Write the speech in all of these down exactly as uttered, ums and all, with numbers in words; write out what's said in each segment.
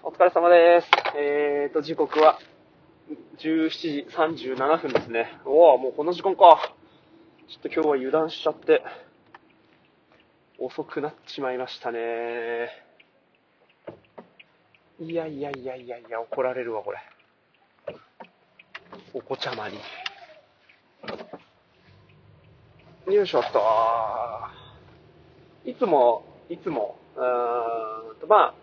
お疲れ様です。えーと、時刻はじゅうしちじさんじゅうななふんですね。おぉ、もうこの時間か。ちょっと今日は油断しちゃって、遅くなっちまいましたね。いやいやいやいやいや、怒られるわ、これ。お子ちゃまに。よいしょっと。いつも、いつも、うーんと、まあ、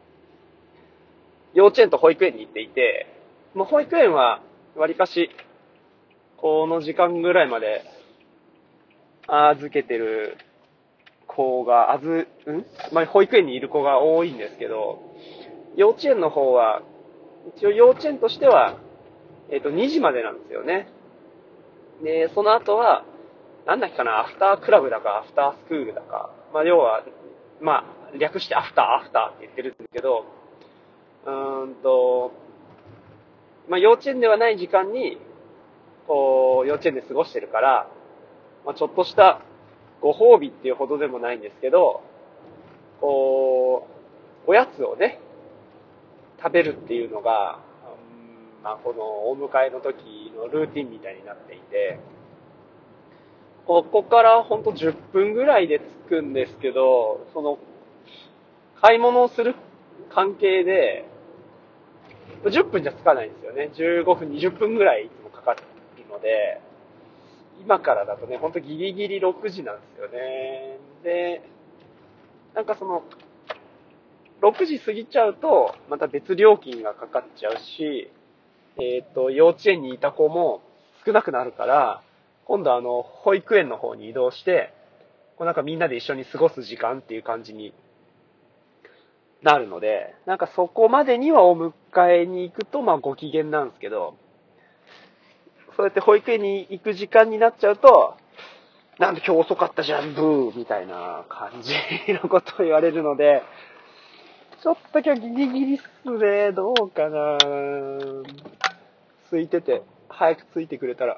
幼稚園と保育園に行っていて、まあ、保育園は、わりかし、この時間ぐらいまで預けてる子が、あず、んまあ、保育園にいる子が多いんですけど、幼稚園の方は、一応幼稚園としては、えっと、にじまでなんですよね。で、その後は、なんだっけかな、アフタークラブだか、アフタースクールだか、まあ、要は、まあ、略してアフター、アフターって言ってるんですけど、うーんと、まあ、幼稚園ではない時間に、こう、幼稚園で過ごしてるから、まあ、ちょっとしたご褒美っていうほどでもないんですけど、こう、おやつをね、食べるっていうのが、うん、まあ、このお迎えの時のルーティンみたいになっていて、ここからほんとじゅっぷんぐらいで着くんですけど、その、買い物をする関係で、じゅっぷんじゃ着かないんですよね。じゅうごふん、にじゅっぷんぐらいいつもかかるので、今からだとね、ほんとギリギリろくじなんですよね。で、なんかその、ろくじ過ぎちゃうと、また別料金がかかっちゃうし、えっと、幼稚園にいた子も少なくなるから、今度あの、保育園の方に移動して、こうなんかみんなで一緒に過ごす時間っていう感じになるので、なんかそこまでにはお迎えに行くと、まあご機嫌なんですけど、そうやって保育園に行く時間になっちゃうと、なんで今日遅かったじゃん、ブーみたいな感じのことを言われるので、ちょっと今日ギリギリっすね。どうかな。空いてて、早く着いてくれたら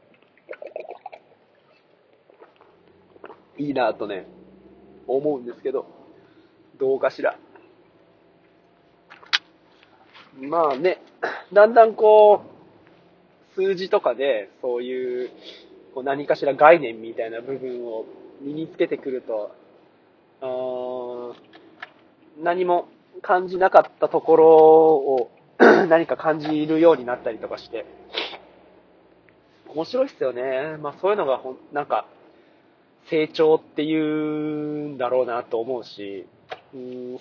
いいなとね、思うんですけど、どうかしら。まあね、だんだんこう、数字とかで、そういう、こう何かしら概念みたいな部分を身につけてくると、あー何も感じなかったところを何か感じるようになったりとかして、面白いっすよね。まあそういうのがほん、なんか、成長っていうんだろうなと思うし、うん、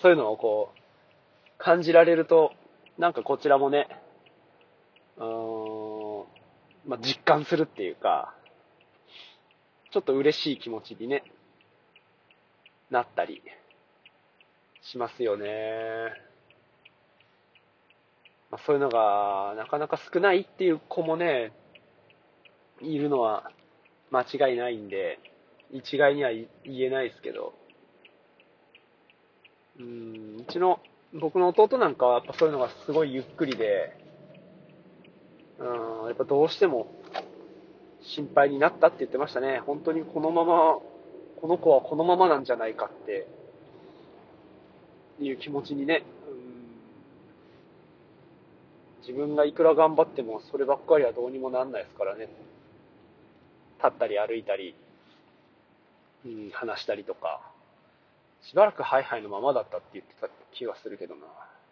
そういうのをこう、感じられると、なんかこちらもね、うーん、まあ、実感するっていうか、ちょっと嬉しい気持ちにね、なったりしますよね。まあ、そういうのがなかなか少ないっていう子もね、いるのは間違いないんで、一概には言えないですけど、うん、うちの、僕の弟なんかはやっぱそういうのがすごいゆっくりで、うん、やっぱどうしても心配になったって言ってましたね。本当にこのまま、この子はこのままなんじゃないかっていう気持ちにね、うん、自分がいくら頑張ってもそればっかりはどうにもなんないですからね。立ったり歩いたり、うん、話したりとか。しばらくハイハイのままだったって言ってた気がするけどな。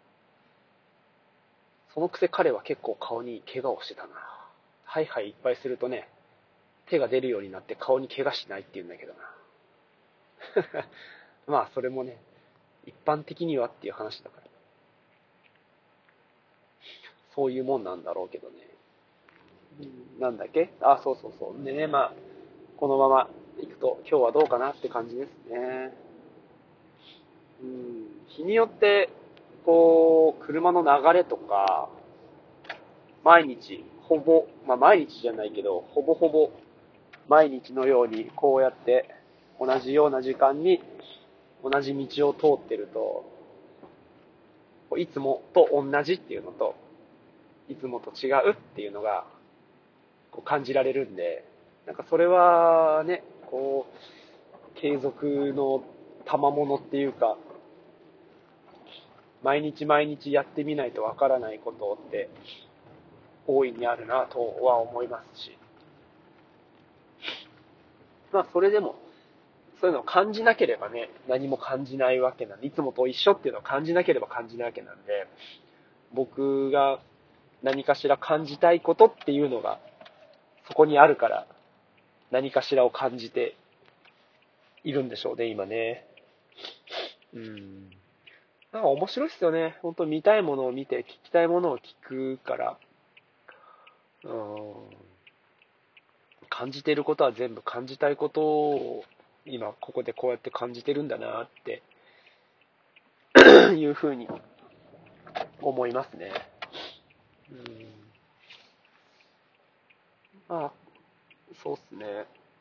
そのくせ彼は結構顔に怪我をしてたな。ハイハイいっぱいするとね、手が出るようになって顔に怪我しないって言うんだけどな。まあそれもね、一般的にはっていう話だから、そういうもんなんだろうけどね。なんだっけあ、そうそうそう。でね、まあ、このまま行くと今日はどうかなって感じですね。うん、日によって、こう、車の流れとか、毎日、ほぼ、まあ毎日じゃないけど、ほぼほぼ毎日のようにこうやって同じような時間に同じ道を通ってると、いつもと同じっていうのと、いつもと違うっていうのがこう感じられるんで、なんかそれはね、こう、継続の賜物っていうか、 毎日毎日やってみないとわからないことって大いにあるなとは思いますし、まあそれでもそういうのを感じなければね、何も感じないわけなんで、いつもと一緒っていうのを感じなければ感じないわけなんで、僕が何かしら感じたいことっていうのがそこにあるから、何かしらを感じているんでしょうね、今ね。うん。なんか面白いっすよね。本当見たいものを見て、聞きたいものを聞くから、うん、感じていることは全部感じたいことを今ここでこうやって感じてるんだなっていうふうに思いますね。うん、まあ、そうっすね。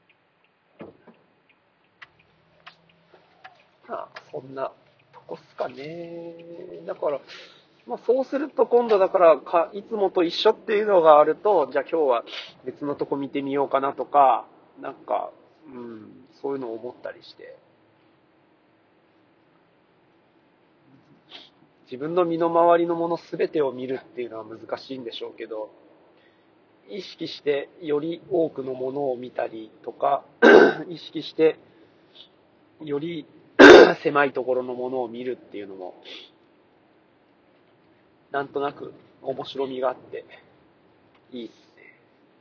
まあ、そんなとこっすかね。だから、まあそうすると今度だからか、いつもと一緒っていうのがあると、じゃあ今日は別のとこ見てみようかなとか、なんか、うん、そういうのを思ったりして、自分の身の回りのもの全てを見るっていうのは難しいんでしょうけど、意識してより多くのものを見たりとか、意識してより狭いところのものを見るっていうのも、なんとなく面白みがあっていいっすね。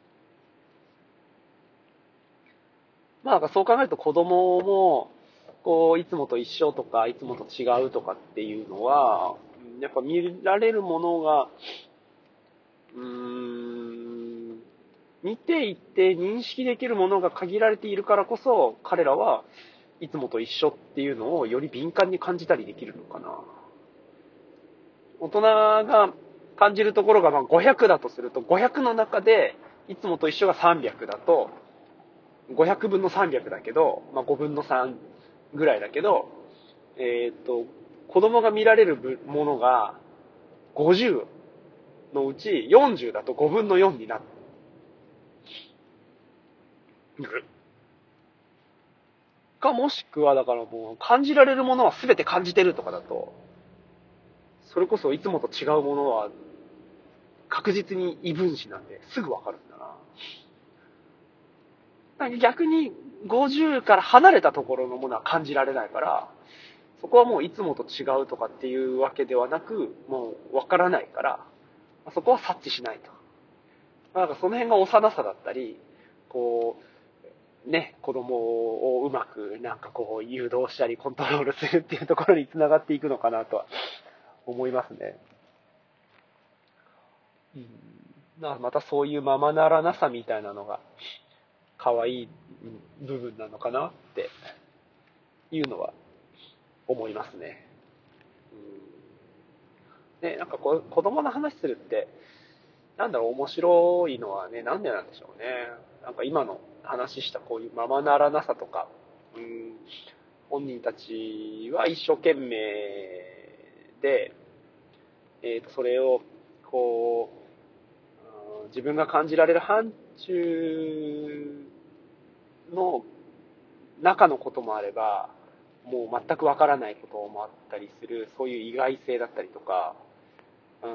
まあそう考えると子供も、こう、いつもと一緒とか、いつもと違うとかっていうのは、やっぱ見られるものが、うーん、見ていて認識できるものが限られているからこそ、彼らはいつもと一緒っていうのをより敏感に感じたりできるのかな。大人が感じるところがまあごひゃくだとすると、ごひゃくの中でいつもと一緒がさんびゃくだと、ごひゃくぶんのさんびゃくだけど、まあごぶんのさんぐらいだけど、えっと、子供が見られるものがごじゅうのうちよんじゅうだとごぶんのよんになる。かもしくはだからもう感じられるものは全て感じてるとかだと、それこそいつもと違うものは確実に異分子なんですぐわかるんだな。逆にごじゅうから離れたところのものは感じられないから、そこはもういつもと違うとかっていうわけではなく、もうわからないから、そこは察知しないと。なんかその辺が幼さだったり、こう、ね、子供をうまくなんかこう誘導したりコントロールするっていうところにつながっていくのかなとは思いますね。うん、またそういうままならなさみたいなのが可愛い部分なのかなっていうのは思いますね。うん、ね、なんかこう子供の話するって、なんだろう、面白いのはね、なんでなんでしょうね。なんか今の話したこういうままならなさとか、うん、本人たちは一生懸命で、えー、とそれをこう、自分が感じられる範疇の中のこともあれば、もう全くわからないこともあったりする、そういう意外性だったりとか、うん、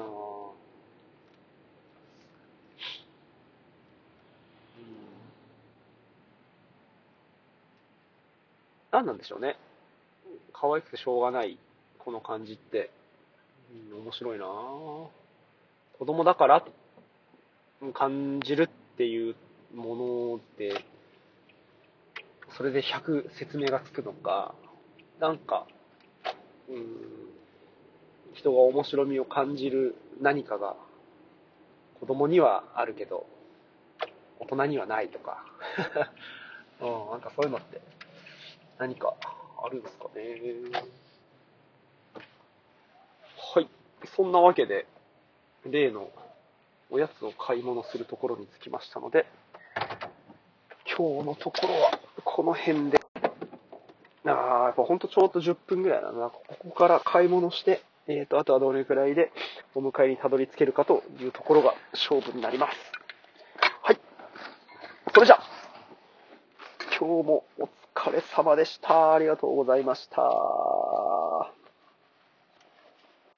何なんでしょうね。可愛くてしょうがない、この感じって。うん、面白いなぁ。子供だから感じるっていうもので、それでひゃく説明がつくのか、なんか、うん、人が面白みを感じる何かが子供にはあるけど、大人にはないとか。うん、なんかそういうのって何かあるんですかね。はい。そんなわけで、例のおやつを買い物するところに着きましたので、今日のところはこの辺で、ああ、やっぱほんとちょうどじゅっぷんぐらいだな。ここから買い物して、えーと、あとはどれくらいでお迎えにたどり着けるかというところが勝負になります。はい。それじゃあ、今日もお疲れ様でした。ありがとうございました。